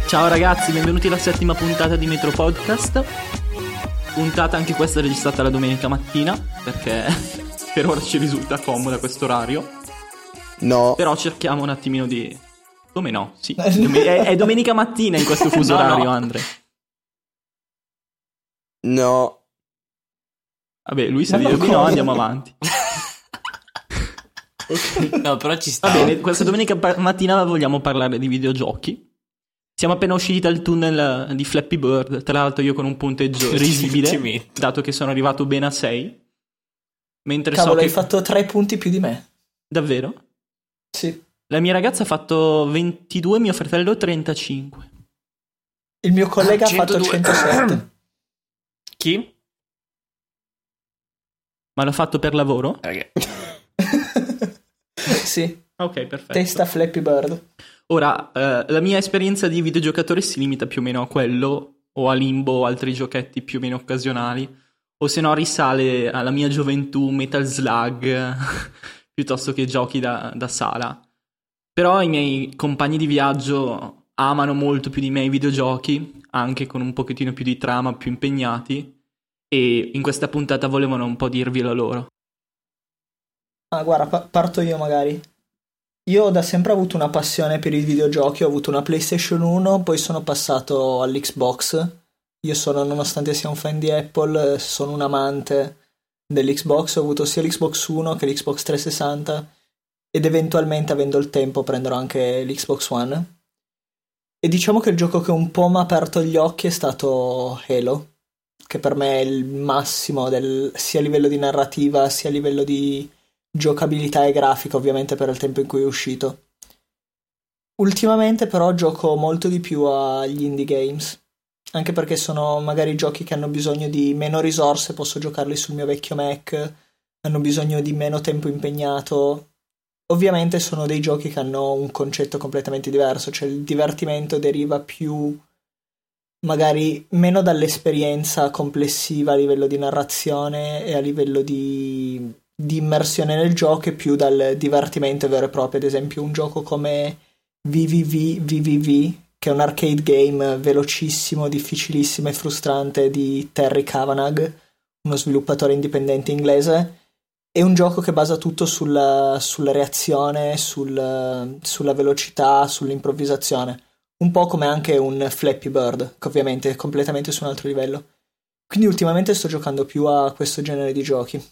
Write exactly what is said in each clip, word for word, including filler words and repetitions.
Ciao ragazzi, benvenuti alla settima puntata di Metro Podcast. Puntata anche questa registrata la domenica mattina, perché per ora ci risulta comoda questo orario. No. Però cerchiamo un attimino di... Come no? Sì, è, è domenica mattina in questo fuso no, orario, no. Andre. No. Vabbè, lui sa dire di no, andiamo avanti. No, però ci sta. Va bene, questa domenica mattina vogliamo parlare di videogiochi. Siamo appena usciti dal tunnel di Flappy Bird, tra l'altro io con un punteggio risibile, dato che sono arrivato bene a sei. Mentre Cavolo, so hai che... fatto tre punti più di me. Davvero? Sì. La mia ragazza ha fatto ventidue, mio fratello trentacinque. Il mio collega ah, ha fatto centosette. Chi? Ma l'ha fatto per lavoro? Okay. Sì. Ok, perfetto. Testa Flappy Bird. Ora, eh, la mia esperienza di videogiocatore si limita più o meno a quello, o a Limbo o altri giochetti più o meno occasionali, o se no risale alla mia gioventù Metal Slug, piuttosto che giochi da, da sala. Però i miei compagni di viaggio amano molto più di me i videogiochi, anche con un pochettino più di trama, più impegnati, e in questa puntata volevano un po' dirvelo loro. Ah, guarda, pa- parto io magari. Io ho da sempre avuto una passione per i videogiochi, ho avuto una PlayStation uno, poi sono passato all'Xbox. Io sono, nonostante sia un fan di Apple, sono un amante dell'Xbox, ho avuto sia l'Xbox uno che l'Xbox trecentosessanta ed eventualmente, avendo il tempo, prenderò anche l'Xbox One. E diciamo che il gioco che un po' mi ha aperto gli occhi è stato Halo, che per me è il massimo del, sia a livello di narrativa sia a livello di giocabilità e grafica, ovviamente per il tempo in cui è uscito. Ultimamente però gioco molto di più agli indie games, anche perché sono magari giochi che hanno bisogno di meno risorse, posso giocarli sul mio vecchio Mac, hanno bisogno di meno tempo impegnato. Ovviamente sono dei giochi che hanno un concetto completamente diverso, cioè il divertimento deriva più magari meno dall'esperienza complessiva a livello di narrazione e a livello di di immersione nel gioco e più dal divertimento vero e proprio. Ad esempio un gioco come V V V V V V, che è un arcade game velocissimo, difficilissimo e frustrante di Terry Kavanagh, uno sviluppatore indipendente inglese, è un gioco che basa tutto sulla, sulla reazione, sul, sulla velocità, sull'improvvisazione, un po' come anche un Flappy Bird, che ovviamente è completamente su un altro livello. Quindi ultimamente sto giocando più a questo genere di giochi.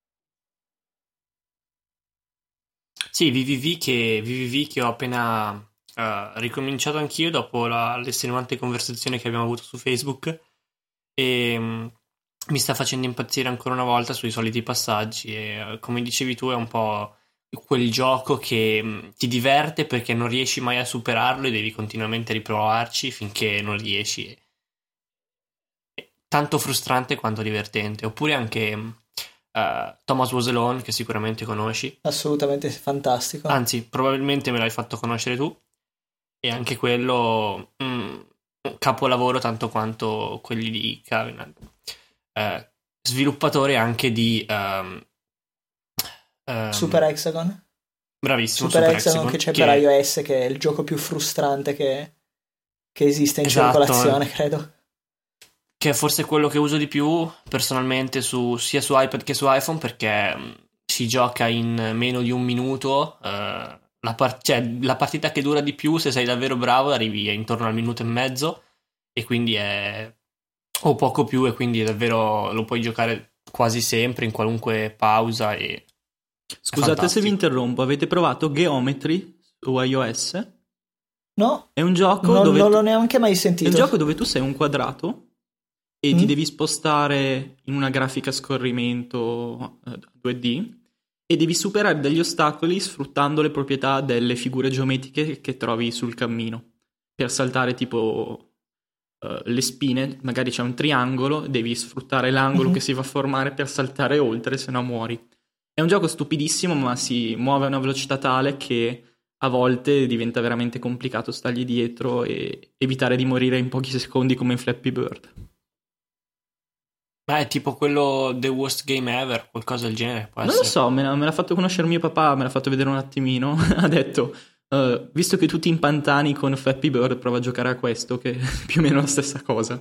Sì, V V V che, V V V che ho appena uh, ricominciato anch'io dopo la, l'estenuante conversazione che abbiamo avuto su Facebook e um, mi sta facendo impazzire ancora una volta sui soliti passaggi e uh, come dicevi tu è un po' quel gioco che um, ti diverte perché non riesci mai a superarlo e devi continuamente riprovarci finché non riesci. È tanto frustrante quanto divertente. Oppure anche... Um, Uh, Thomas Was Alone, che sicuramente conosci. Assolutamente fantastico. Anzi, probabilmente me l'hai fatto conoscere tu. E anche quello mm, capolavoro tanto quanto quelli di Covenant. Uh, sviluppatore anche di um, um, Super Hexagon. Bravissimo, Super, Super Hexagon, Hexagon che c'è che... per iOS, che è il gioco più frustrante che, che esiste in esatto, circolazione, eh. credo. Che è forse quello che uso di più personalmente su, sia su iPad che su iPhone, perché mh, si gioca in meno di un minuto. Uh, la, par- cioè, la partita che dura di più, se sei davvero bravo, arrivi intorno al minuto e mezzo, e quindi è o poco più, e quindi è davvero lo puoi giocare quasi sempre in qualunque pausa. E scusate se vi interrompo, avete provato Geometry su iOS? No, è un gioco non, dove non tu... l'ho neanche mai sentito. È un gioco dove tu sei un quadrato e mm. ti devi spostare in una grafica a scorrimento eh, due D e devi superare degli ostacoli sfruttando le proprietà delle figure geometriche che trovi sul cammino. Per saltare tipo eh, le spine, magari c'è un triangolo, devi sfruttare l'angolo mm-hmm. che si va a formare per saltare oltre, se no muori. È un gioco stupidissimo, ma si muove a una velocità tale che a volte diventa veramente complicato stargli dietro e evitare di morire in pochi secondi come in Flappy Bird. Ma è tipo quello The Worst Game Ever, qualcosa del genere, può non essere. lo so, me l'ha, me l'ha fatto conoscere mio papà, me l'ha fatto vedere un attimino. Ha detto Uh, visto che tu ti impantani con Flappy Bird, prova a giocare a questo, che è più o meno la stessa cosa.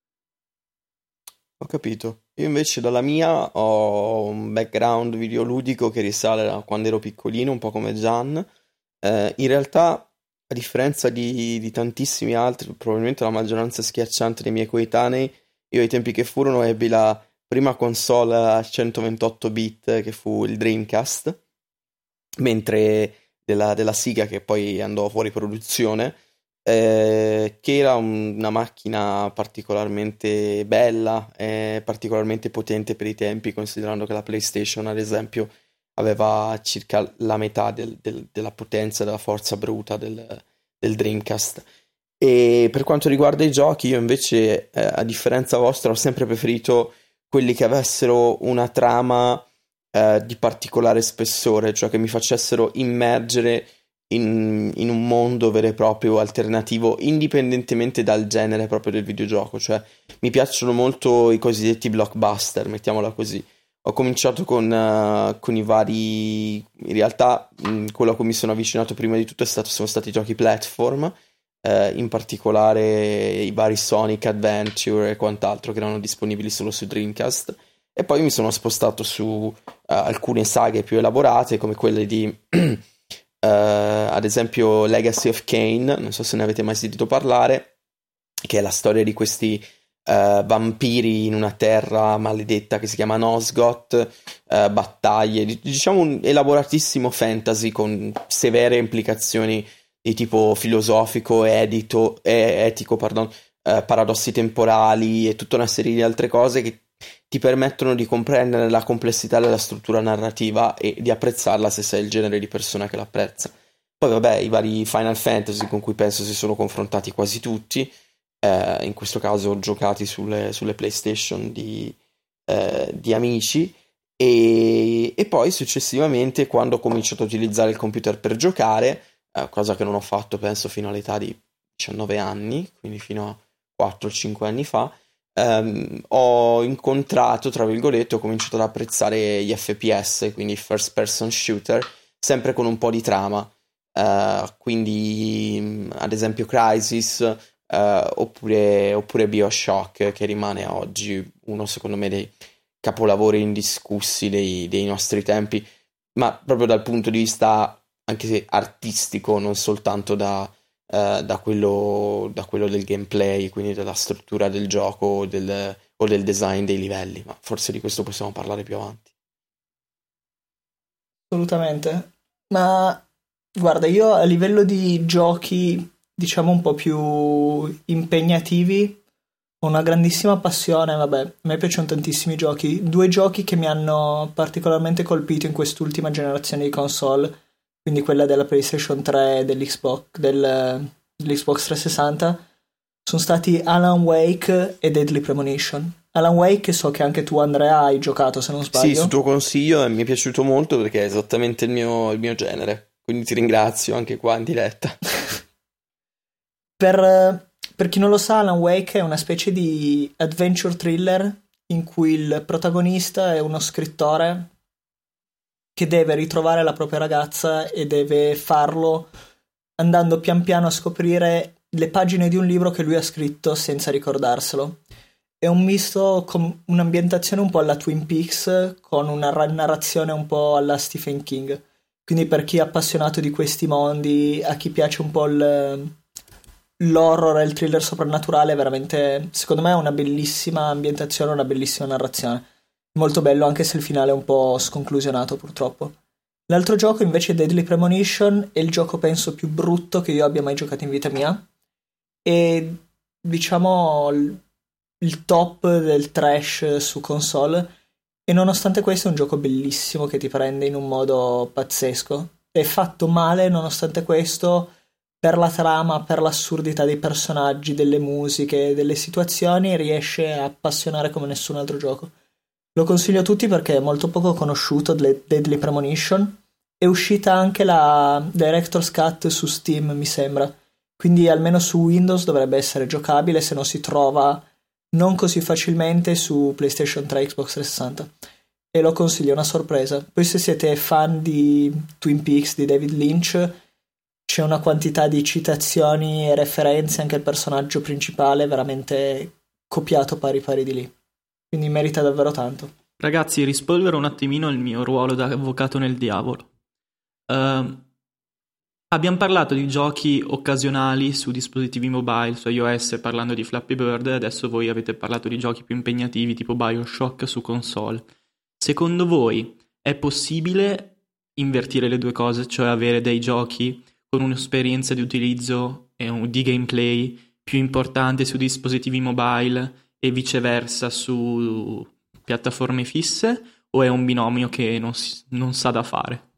Ho capito. Io invece dalla mia ho un background videoludico che risale a quando ero piccolino, un po' come Gian. Eh, in realtà, a differenza di, di tantissimi altri, probabilmente la maggioranza schiacciante dei miei coetanei, io ai tempi che furono ebbi la prima console a centoventotto bit, che fu il Dreamcast, mentre della, della Sega, che poi andò fuori produzione, eh, che era un- una macchina particolarmente bella e particolarmente potente per i tempi, considerando che la PlayStation, ad esempio, aveva circa la metà del- del- della potenza e della forza bruta del, del Dreamcast. E per quanto riguarda i giochi, io invece, eh, a differenza vostra, ho sempre preferito quelli che avessero una trama eh, di particolare spessore, cioè che mi facessero immergere in, in un mondo vero e proprio alternativo, indipendentemente dal genere proprio del videogioco. Cioè, mi piacciono molto i cosiddetti blockbuster, mettiamola così. Ho cominciato con, eh, con i vari... In realtà, mh, quello a cui mi sono avvicinato prima di tutto è stato, sono stati i giochi platform, eh, in particolare i vari Sonic Adventure e quant'altro che erano disponibili solo su Dreamcast. E poi mi sono spostato su eh, alcune saghe più elaborate, come quelle di, eh, ad esempio, Legacy of Kain, non so se ne avete mai sentito parlare, che è la storia di questi eh, vampiri in una terra maledetta che si chiama Nosgoth, eh, battaglie, di- diciamo un elaboratissimo fantasy con severe implicazioni di tipo filosofico, edito, e etico, pardon, eh, paradossi temporali e tutta una serie di altre cose che ti permettono di comprendere la complessità della struttura narrativa e di apprezzarla se sei il genere di persona che l'apprezza. Poi vabbè, i vari Final Fantasy con cui penso si sono confrontati quasi tutti, eh, in questo caso giocati sulle, sulle PlayStation di, eh, di amici, e, e poi successivamente, quando ho cominciato a utilizzare il computer per giocare, eh, cosa che non ho fatto penso fino all'età di diciannove anni, quindi fino a quattro cinque anni fa, ehm, ho incontrato, tra virgolette, ho cominciato ad apprezzare gli F P S, quindi first person shooter, sempre con un po' di trama. Eh, quindi mh, ad esempio Crysis, eh, oppure, oppure BioShock, che rimane a oggi uno, secondo me, dei capolavori indiscussi dei, dei nostri tempi, ma proprio dal punto di vista anche se artistico, non soltanto da, eh, da quello, da quello del gameplay, quindi della struttura del gioco o del, o del design dei livelli, ma forse di questo possiamo parlare più avanti. Assolutamente. Ma guarda, io a livello di giochi, diciamo un po' più impegnativi, ho una grandissima passione. Vabbè, a me piacciono tantissimi giochi. Due giochi che mi hanno particolarmente colpito in quest'ultima generazione di console, quindi quella della PlayStation tre e dell'Xbox, del, dell'Xbox trecentosessanta, sono stati Alan Wake e Deadly Premonition. Alan Wake so che anche tu, Andrea, hai giocato, se non Sì, sbaglio. su tuo consiglio, e mi è piaciuto molto perché è esattamente il mio, il mio genere, quindi ti ringrazio anche qua in diretta. Per, per chi non lo sa, Alan Wake è una specie di adventure thriller in cui il protagonista è uno scrittore che deve ritrovare la propria ragazza e deve farlo andando pian piano a scoprire le pagine di un libro che lui ha scritto senza ricordarselo. È un misto con un'ambientazione un po' alla Twin Peaks, con una ra- narrazione un po' alla Stephen King. Quindi per chi è appassionato di questi mondi, a chi piace un po' il, l'horror e il thriller soprannaturale, veramente, secondo me, è una bellissima ambientazione, una bellissima narrazione. Molto bello, anche se il finale è un po' sconclusionato, purtroppo. L'altro gioco, invece, Deadly Premonition, è il gioco, penso, più brutto che io abbia mai giocato in vita mia. E, diciamo, il, il top del trash su console. E nonostante questo è un gioco bellissimo che ti prende in un modo pazzesco. È fatto male, nonostante questo, per la trama, per l'assurdità dei personaggi, delle musiche, delle situazioni, riesce a appassionare come nessun altro gioco. Lo consiglio a tutti perché è molto poco conosciuto, Deadly Premonition. È uscita anche la Director's Cut su Steam, mi sembra. Quindi almeno su Windows dovrebbe essere giocabile, se no si trova non così facilmente su PlayStation tre e Xbox trecentosessanta. E lo consiglio, è una sorpresa. Poi se siete fan di Twin Peaks, di David Lynch, c'è c'è una quantità di citazioni e referenze, anche il personaggio principale è veramente copiato pari pari di lì, quindi merita davvero tanto. Ragazzi, rispolvero un attimino il mio ruolo da avvocato nel diavolo. Uh, abbiamo parlato di giochi occasionali su dispositivi mobile, su iOS, parlando di Flappy Bird, e adesso voi avete parlato di giochi più impegnativi tipo BioShock su console. Secondo voi è possibile invertire le due cose, cioè avere dei giochi con un'esperienza di utilizzo e un, di gameplay più importante su dispositivi mobile e viceversa su piattaforme fisse, o è un binomio che non, si, non sa da fare?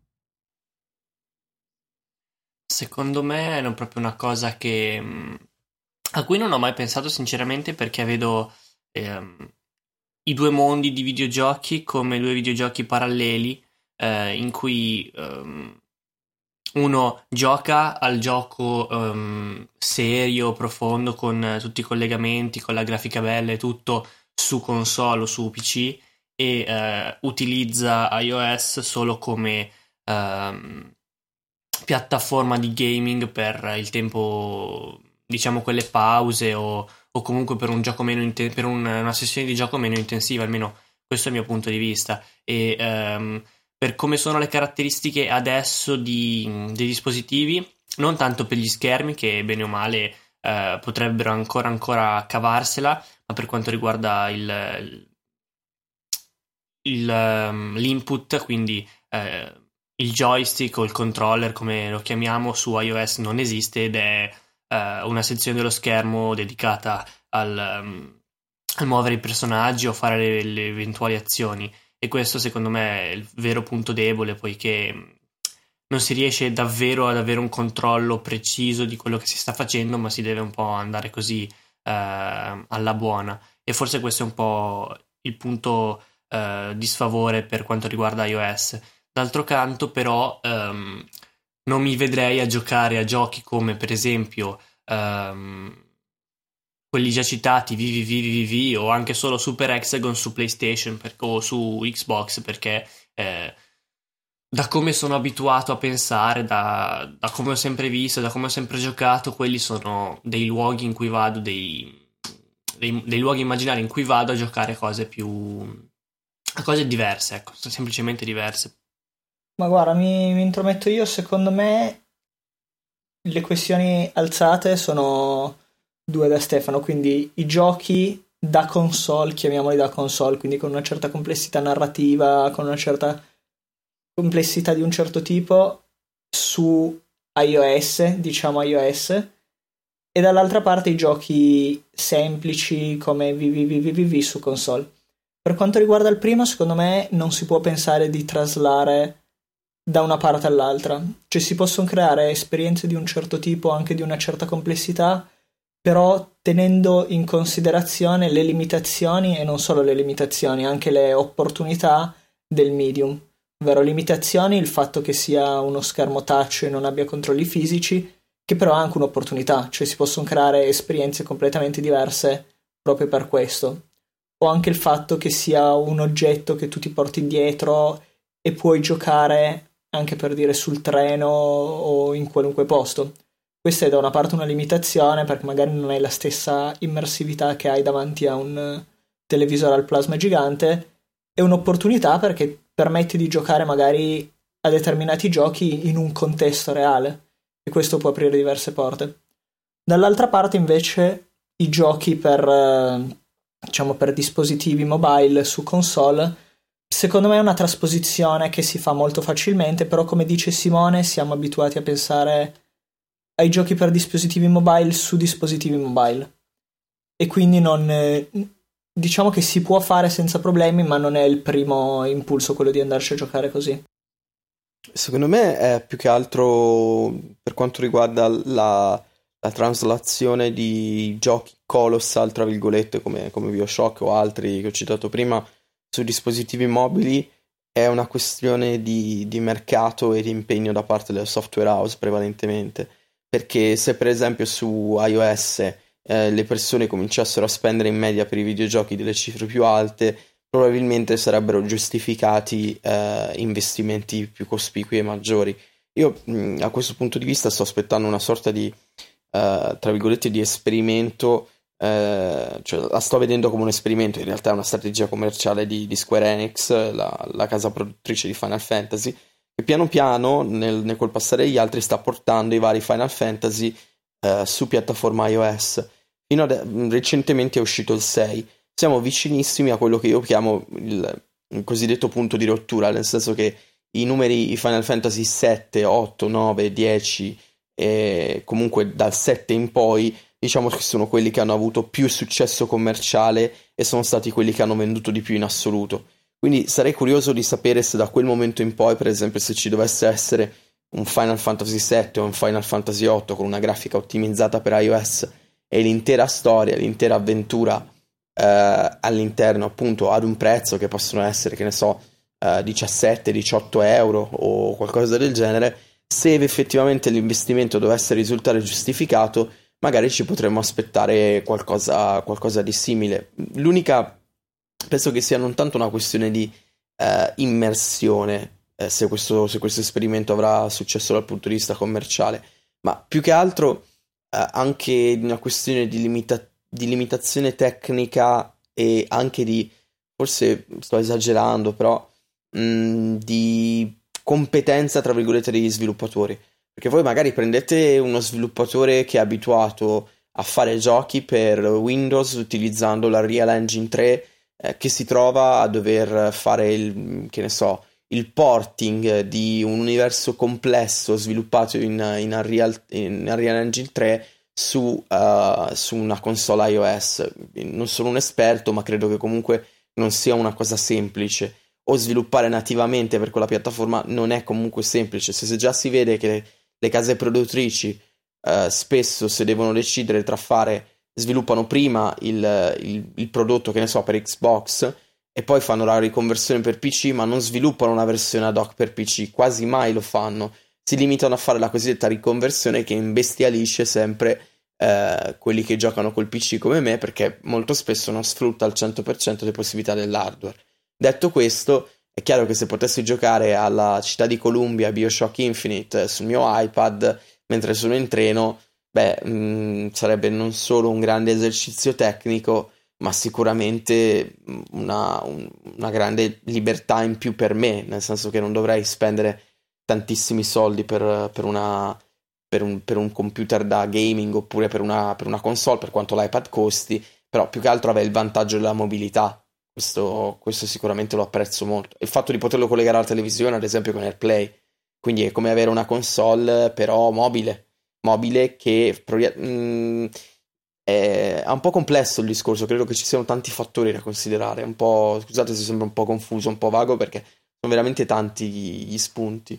Secondo me è proprio una cosa che a cui non ho mai pensato sinceramente, perché vedo ehm, i due mondi di videogiochi come due videogiochi paralleli, eh, in cui ehm, uno gioca al gioco um, serio, profondo, con tutti i collegamenti, con la grafica bella e tutto su console o su P C, e uh, utilizza iOS solo come uh, piattaforma di gaming per il tempo, diciamo quelle pause, o, o comunque per un gioco meno inten- per un, una sessione di gioco meno intensiva, almeno questo è il mio punto di vista. E um, per come sono le caratteristiche adesso di, dei dispositivi, non tanto per gli schermi, che bene o male eh, potrebbero ancora ancora cavarsela, ma per quanto riguarda il, il, um, l'input, quindi eh, il joystick o il controller, come lo chiamiamo, su iOS non esiste, ed è eh, una sezione dello schermo dedicata al, um, al muovere i personaggi o fare le, le eventuali azioni. E questo secondo me è il vero punto debole, poiché non si riesce davvero ad avere un controllo preciso di quello che si sta facendo, ma si deve un po' andare così eh, alla buona. E forse questo è un po' il punto eh, di sfavore per quanto riguarda iOS. D'altro canto però ehm, non mi vedrei a giocare a giochi come per esempio ehm, quelli già citati, V V V V V, o anche solo Super Hexagon su PlayStation per, o su Xbox, perché eh, da come sono abituato a pensare, da, da come ho sempre visto, da come ho sempre giocato, quelli sono dei luoghi in cui vado, dei, dei, dei luoghi immaginari in cui vado a giocare cose più... a cose diverse, ecco, sono semplicemente diverse. Ma guarda, mi, mi intrometto io, secondo me le questioni alzate sono due da Stefano, quindi i giochi da console, chiamiamoli da console, quindi con una certa complessità narrativa, con una certa complessità di un certo tipo su iOS, diciamo iOS, e dall'altra parte i giochi semplici come V V V V V su console. Per quanto riguarda il primo, secondo me non si può pensare di traslare da una parte all'altra, cioè si possono creare esperienze di un certo tipo, anche di una certa complessità, però tenendo in considerazione le limitazioni, e non solo le limitazioni, anche le opportunità del medium, ovvero limitazioni, il fatto che sia uno schermo touch e non abbia controlli fisici, che però ha anche un'opportunità, cioè si possono creare esperienze completamente diverse proprio per questo, o anche il fatto che sia un oggetto che tu ti porti dietro e puoi giocare anche, per dire, sul treno o in qualunque posto. Questa è da una parte una limitazione, perché magari non hai la stessa immersività che hai davanti a un televisore al plasma gigante, e un'opportunità perché permette di giocare magari a determinati giochi in un contesto reale, e questo può aprire diverse porte. Dall'altra parte invece i giochi per, diciamo, per dispositivi mobile su console, secondo me è una trasposizione che si fa molto facilmente, però come dice Simone siamo abituati a pensare ai giochi per dispositivi mobile su dispositivi mobile, e quindi non, diciamo che si può fare senza problemi, ma non è il primo impulso quello di andarci a giocare così. Secondo me è più che altro per quanto riguarda la, la traslazione di giochi colossal, tra virgolette, come, come BioShock o altri che ho citato prima, su dispositivi mobili, è una questione di, di mercato e di impegno da parte del software house prevalentemente. Perché se per esempio su iOS eh, le persone cominciassero a spendere in media per i videogiochi delle cifre più alte, probabilmente sarebbero giustificati eh, investimenti più cospicui e maggiori. Io mh, a questo punto di vista sto aspettando una sorta di, uh, tra virgolette, di esperimento, uh, cioè la sto vedendo come un esperimento, in realtà è una strategia commerciale di, di Square Enix, la, la casa produttrice di Final Fantasy, che piano piano, nel, nel col passare degli altri, sta portando i vari Final Fantasy uh, su piattaforma iOS. Fino a recentemente è uscito il sei. Siamo vicinissimi a quello che io chiamo il, il cosiddetto punto di rottura, nel senso che i numeri, i Final Fantasy sette, otto, nove, dieci e comunque dal sette in poi, diciamo che sono quelli che hanno avuto più successo commerciale e sono stati quelli che hanno venduto di più in assoluto. Quindi sarei curioso di sapere se da quel momento in poi, per esempio, se ci dovesse essere un Final Fantasy sette o un Final Fantasy otto con una grafica ottimizzata per iOS e l'intera storia, l'intera avventura eh, all'interno, appunto, ad un prezzo che possono essere, che ne so, Uh, diciassette diciotto euro o qualcosa del genere, se effettivamente l'investimento dovesse risultare giustificato, magari ci potremmo aspettare qualcosa, qualcosa di simile. L'unica, penso che sia non tanto una questione di uh, immersione, eh, se, questo, se questo esperimento avrà successo dal punto di vista commerciale, ma più che altro uh, anche una questione di, limita- di limitazione tecnica e anche di, forse sto esagerando, però di competenza tra virgolette degli sviluppatori, perché voi magari prendete uno sviluppatore che è abituato a fare giochi per Windows utilizzando la Unreal Engine tre, eh, che si trova a dover fare il, che ne so, il porting di un universo complesso sviluppato in, in, Unreal, in Unreal Engine tre su, uh, su una console iOS. Non sono un esperto, ma credo che comunque non sia una cosa semplice. O sviluppare nativamente per quella piattaforma non è comunque semplice. Se, se già si vede che le, le case produttrici eh, spesso, se devono decidere tra fare, sviluppano prima il, il, il prodotto, che ne so, per Xbox e poi fanno la riconversione per P C, ma non sviluppano una versione ad hoc per P C, quasi mai lo fanno. Si limitano a fare la cosiddetta riconversione, che imbestialisce sempre eh, quelli che giocano col P C come me, perché molto spesso non sfrutta al cento per cento le possibilità dell'hardware. Detto questo, è chiaro che se potessi giocare alla Città di Columbia, BioShock Infinite sul mio iPad mentre sono in treno, beh, mh, sarebbe non solo un grande esercizio tecnico, ma sicuramente una, un, una grande libertà in più per me, nel senso che non dovrei spendere tantissimi soldi per, per, una, per, un, per un computer da gaming oppure per una, per una console, per quanto l'iPad costi, però più che altro avrei il vantaggio della mobilità. Questo, questo sicuramente lo apprezzo molto. Il fatto di poterlo collegare alla televisione, ad esempio con AirPlay, quindi è come avere una console però mobile, mobile che mh, è, è un po' complesso il discorso, credo che ci siano tanti fattori da considerare, un po', scusate se sembra un po' confuso, un po' vago, perché sono veramente tanti gli spunti.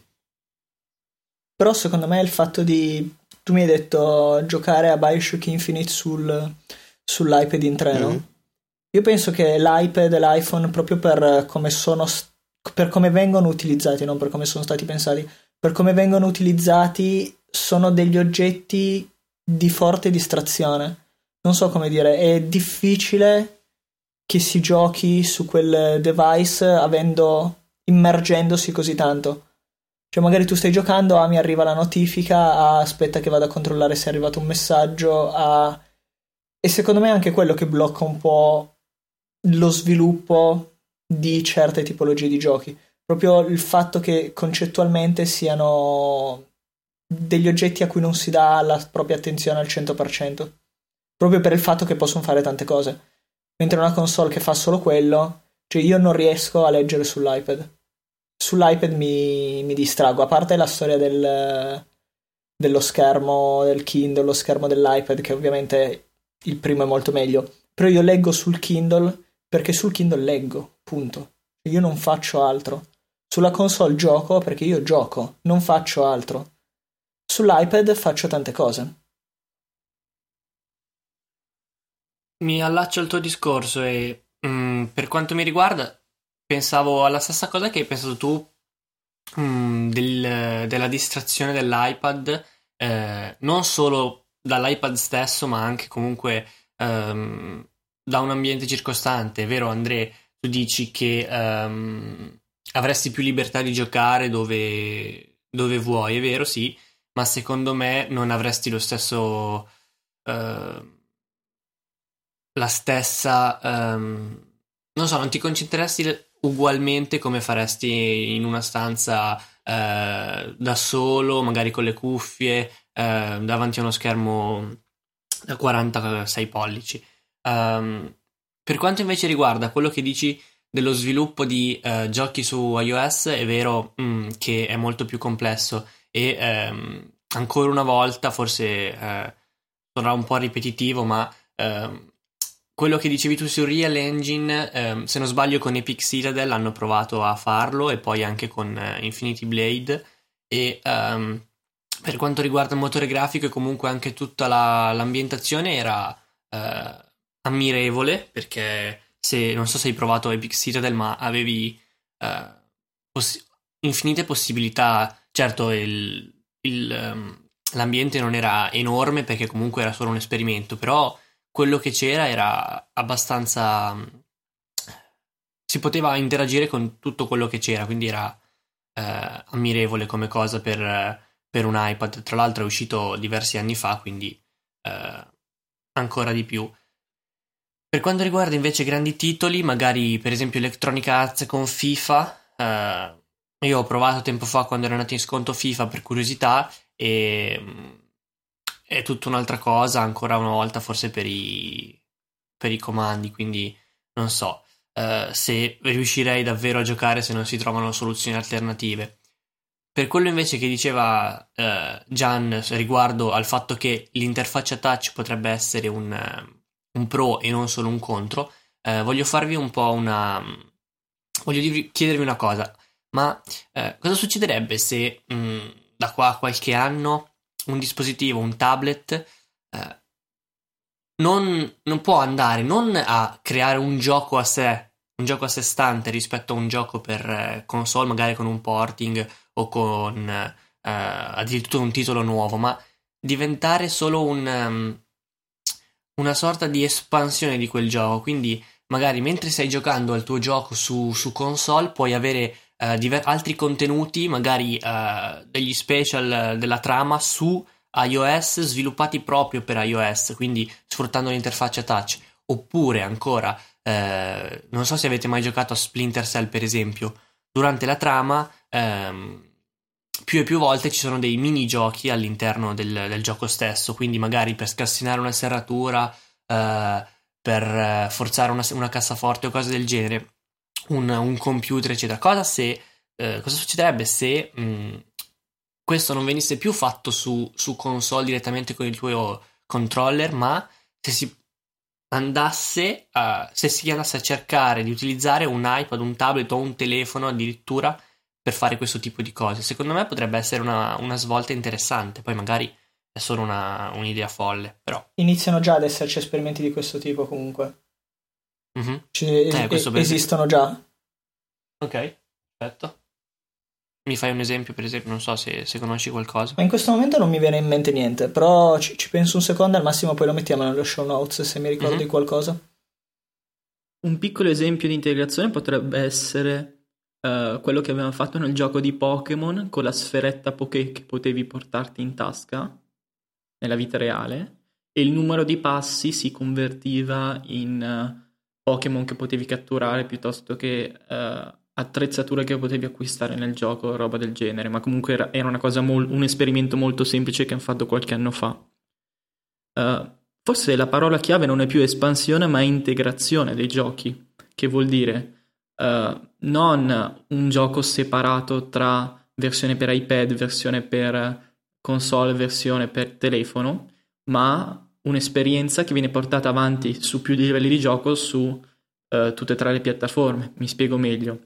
Però secondo me il fatto di, tu mi hai detto giocare a BioShock Infinite sul, sull'iPad in treno, mm-hmm. Io penso che l'iPad e l'iPhone, proprio per come sono, per come vengono utilizzati, non per come sono stati pensati, per come vengono utilizzati, sono degli oggetti di forte distrazione. Non so come dire, è difficile che si giochi su quel device avendo, immergendosi così tanto. Cioè magari tu stai giocando, ah mi arriva la notifica, ah aspetta che vado a controllare se è arrivato un messaggio, ah... E secondo me è anche quello che blocca un po' lo sviluppo di certe tipologie di giochi, proprio il fatto che concettualmente siano degli oggetti a cui non si dà la propria attenzione al cento per cento, proprio per il fatto che possono fare tante cose, mentre una console che fa solo quello, cioè io non riesco a leggere sull'iPad sull'iPad mi, mi distrago, a parte la storia del, dello schermo del Kindle, lo schermo dell'iPad, che ovviamente il primo è molto meglio, però io leggo sul Kindle perché sul Kindle leggo, punto. Io non faccio altro. Sulla console gioco perché io gioco, non faccio altro. Sull'iPad faccio tante cose. Mi allaccio al tuo discorso e mm, per quanto mi riguarda pensavo alla stessa cosa che hai pensato tu, mm, del, della distrazione dell'iPad, eh, non solo dall'iPad stesso ma anche comunque ehm, da un ambiente circostante, vero Andrea? Tu dici che um, avresti più libertà di giocare dove, dove vuoi, è vero, sì, ma secondo me non avresti lo stesso uh, la stessa um, non so, non ti concentreresti ugualmente come faresti in una stanza uh, da solo, magari con le cuffie, uh, davanti a uno schermo da quarantasei pollici. Um, per quanto invece riguarda quello che dici dello sviluppo di uh, giochi su iOS, è vero mm, che è molto più complesso e um, ancora una volta forse uh, sarà un po' ripetitivo, ma uh, quello che dicevi tu su Real Engine, um, se non sbaglio con Epic Citadel hanno provato a farlo, e poi anche con uh, Infinity Blade, e um, per quanto riguarda il motore grafico e comunque anche tutta la, l'ambientazione era uh, ammirevole, perché se non so se hai provato Epic Citadel, ma avevi uh, poss- infinite possibilità. Certo, il, il, um, l'ambiente non era enorme perché comunque era solo un esperimento, però quello che c'era era abbastanza um, si poteva interagire con tutto quello che c'era, quindi era uh, ammirevole come cosa per, uh, per un iPad. Tra l'altro è uscito diversi anni fa, quindi uh, ancora di più. Per quanto riguarda invece grandi titoli, magari per esempio Electronic Arts con FIFA, eh, io ho provato tempo fa quando era andato in sconto FIFA per curiosità, e mh, è tutta un'altra cosa, ancora una volta forse per i, per i comandi, quindi non so eh, se riuscirei davvero a giocare se non si trovano soluzioni alternative. Per quello invece che diceva eh, Gian riguardo al fatto che l'interfaccia touch potrebbe essere un... un pro e non solo un contro, eh, voglio farvi un po' una voglio dirvi, chiedervi una cosa, ma eh, cosa succederebbe se mh, da qua a qualche anno un dispositivo, un tablet eh, non, non può andare non a creare un gioco a sé, un gioco a sé stante rispetto a un gioco per eh, console, magari con un porting o con eh, addirittura un titolo nuovo, ma diventare solo un um, una sorta di espansione di quel gioco. Quindi magari mentre stai giocando al tuo gioco su, su console puoi avere uh, diver- altri contenuti, magari uh, degli special della trama su iOS sviluppati proprio per iOS, quindi sfruttando l'interfaccia touch. Oppure ancora uh, non so se avete mai giocato a Splinter Cell, per esempio, durante la trama um, più e più volte ci sono dei minigiochi all'interno del, del gioco stesso, quindi magari per scassinare una serratura, eh, per eh, forzare una, una cassaforte o cose del genere, un, un computer eccetera. Cosa se eh, cosa succederebbe se mh, questo non venisse più fatto su, su console direttamente con il tuo controller, ma se si andasse a, se si andasse a cercare di utilizzare un iPad, un tablet o un telefono addirittura per fare questo tipo di cose? Secondo me potrebbe essere una, una svolta interessante. Poi magari è solo una, un'idea folle, però iniziano già ad esserci esperimenti di questo tipo comunque. Mm-hmm. Cioè, eh, es- esistono già. Ok, perfetto. Mi fai un esempio, per esempio? Non so se, se conosci qualcosa. Ma in questo momento non mi viene in mente niente, però ci, ci penso un secondo, al massimo poi lo mettiamo nello show notes se mi ricordo mm-hmm. di qualcosa. Un piccolo esempio di integrazione potrebbe essere Uh, quello che avevamo fatto nel gioco di Pokémon con la sferetta Poké che potevi portarti in tasca nella vita reale, e il numero di passi si convertiva in uh, Pokémon che potevi catturare piuttosto che uh, attrezzature che potevi acquistare nel gioco, roba del genere. Ma comunque era, era una cosa mol- un esperimento molto semplice che hanno fatto qualche anno fa. Uh, forse la parola chiave non è più espansione ma integrazione dei giochi, che vuol dire Uh, non un gioco separato tra versione per iPad, versione per console, versione per telefono, ma un'esperienza che viene portata avanti su più livelli di gioco su uh, tutte e tre le piattaforme. Mi spiego meglio.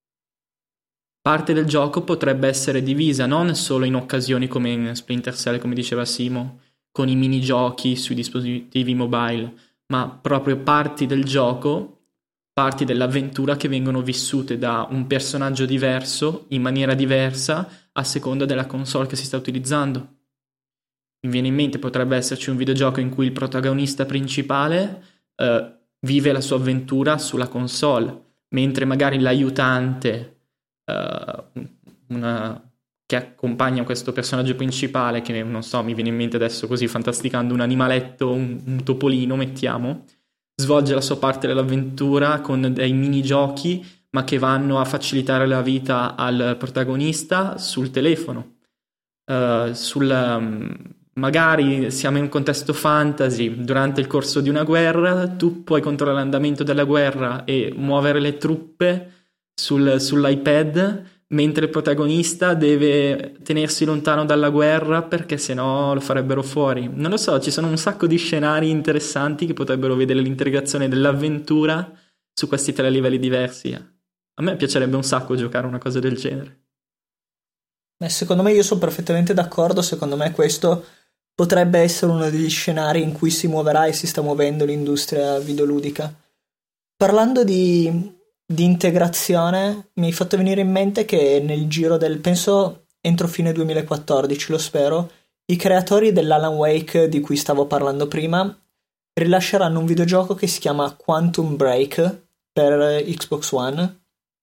Parte del gioco potrebbe essere divisa non solo in occasioni come in Splinter Cell, come diceva Simo, con i minigiochi sui dispositivi mobile, ma proprio parti del gioco, parti dell'avventura che vengono vissute da un personaggio diverso, in maniera diversa, a seconda della console che si sta utilizzando. Mi viene in mente, potrebbe esserci un videogioco in cui il protagonista principale eh, vive la sua avventura sulla console, mentre magari l'aiutante, eh, una che accompagna questo personaggio principale, che non so, mi viene in mente adesso così fantasticando, un animaletto, un, un topolino, mettiamo, svolge la sua parte dell'avventura con dei minigiochi, ma che vanno a facilitare la vita al protagonista sul telefono. Uh, sul, um, magari siamo in un contesto fantasy, durante il corso di una guerra, tu puoi controllare l'andamento della guerra e muovere le truppe sul, sull'iPad, mentre il protagonista deve tenersi lontano dalla guerra perché sennò lo farebbero fuori. Non lo so, ci sono un sacco di scenari interessanti che potrebbero vedere l'integrazione dell'avventura su questi tre livelli diversi. A me piacerebbe un sacco giocare una cosa del genere. Beh, secondo me io sono perfettamente d'accordo, secondo me questo potrebbe essere uno degli scenari in cui si muoverà e si sta muovendo l'industria videoludica. Parlando di... di integrazione, mi hai fatto venire in mente che nel giro del, penso entro fine duemilaquattordici, lo spero, i creatori dell'Alan Wake di cui stavo parlando prima rilasceranno un videogioco che si chiama Quantum Break per Xbox One.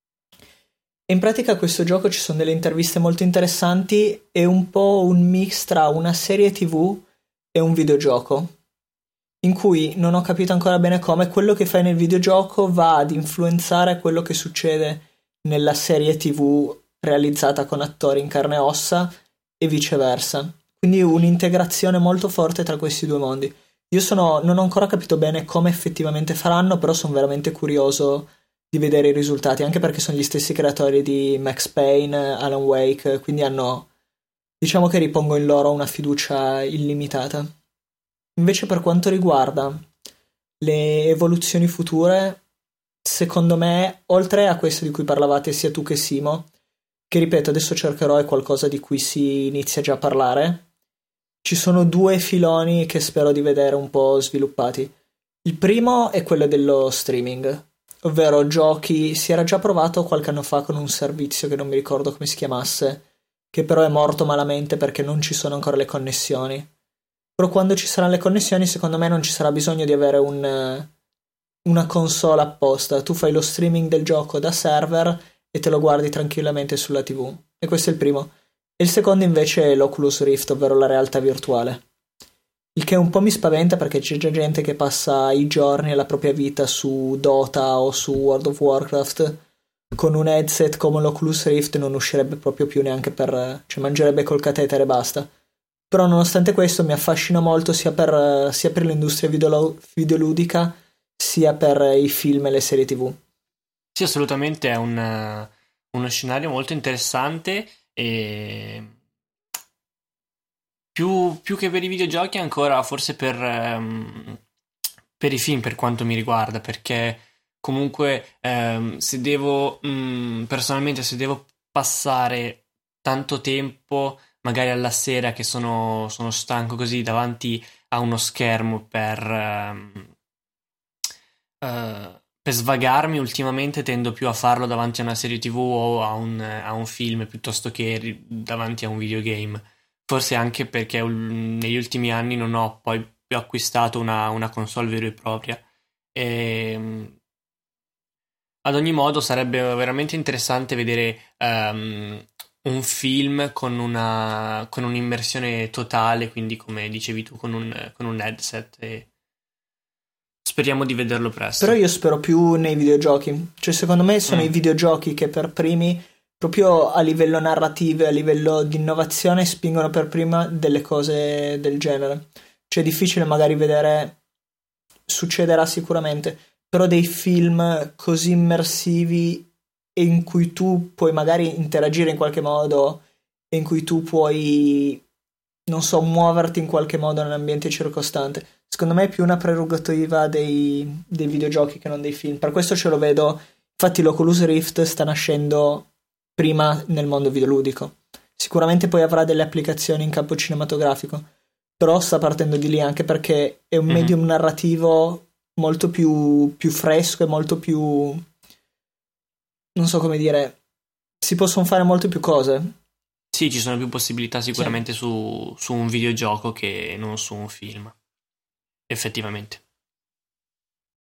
E in pratica questo gioco ci sono delle interviste molto interessanti e un po' un mix tra una serie tv e un videogioco, in cui non ho capito ancora bene come quello che fai nel videogioco va ad influenzare quello che succede nella serie tv realizzata con attori in carne e ossa e viceversa. Quindi un'integrazione molto forte tra questi due mondi. Io sono, non ho ancora capito bene come effettivamente faranno, però sono veramente curioso di vedere i risultati, anche perché sono gli stessi creatori di Max Payne, Alan Wake, quindi hanno, diciamo che ripongo in loro una fiducia illimitata. Invece per quanto riguarda le evoluzioni future, secondo me, oltre a questo di cui parlavate sia tu che Simo, che ripeto adesso cercherò è qualcosa di cui si inizia già a parlare, ci sono due filoni che spero di vedere un po' sviluppati. Il primo è quello dello streaming, ovvero giochi, si era già provato qualche anno fa con un servizio che non mi ricordo come si chiamasse, che però è morto malamente perché non ci sono ancora le connessioni. Però quando ci saranno le connessioni, secondo me non ci sarà bisogno di avere un, una console apposta. Tu fai lo streaming del gioco da server e te lo guardi tranquillamente sulla tivù. E questo è il primo. E il secondo invece è l'Oculus Rift, ovvero la realtà virtuale. Il che un po' mi spaventa perché c'è già gente che passa i giorni e la propria vita su Dota o su World of Warcraft. Con un headset come l'Oculus Rift non uscirebbe proprio più neanche per... cioè mangerebbe col catetere e basta. Però nonostante questo mi affascina molto sia per, sia per l'industria videolo- videoludica sia per i film e le serie tv. Sì, assolutamente è un, uno scenario molto interessante e più, più che per i videogiochi ancora forse per, um, per i film per quanto mi riguarda, perché comunque um, se devo um, personalmente se devo passare tanto tempo magari alla sera che sono, sono stanco così davanti a uno schermo per, um, uh, per svagarmi, ultimamente tendo più a farlo davanti a una serie tv o a un, a un film piuttosto che davanti a un videogame. Forse anche perché um, negli ultimi anni non ho poi più acquistato una, una console vera e propria. E, um, ad ogni modo sarebbe veramente interessante vedere... Um, un film con una con un'immersione totale, quindi come dicevi tu con un, con un headset, e speriamo di vederlo presto. Però io spero più nei videogiochi, cioè secondo me sono mm. i videogiochi che per primi, proprio a livello narrativo e a livello di innovazione, spingono per prima delle cose del genere. Cioè è difficile magari vedere, succederà sicuramente, però dei film così immersivi e in cui tu puoi magari interagire in qualche modo e in cui tu puoi, non so, muoverti in qualche modo nell'ambiente circostante. Secondo me è più una prerogativa dei, dei videogiochi che non dei film. Per questo ce lo vedo. Infatti l'Oculus Rift sta nascendo prima nel mondo videoludico. Sicuramente poi avrà delle applicazioni in campo cinematografico, però sta partendo di lì anche perché è un mm-hmm. medium narrativo molto più, più fresco e molto più... non so come dire, si possono fare molte più cose. Sì, ci sono più possibilità sicuramente sì. su, su un videogioco che non su un film, effettivamente.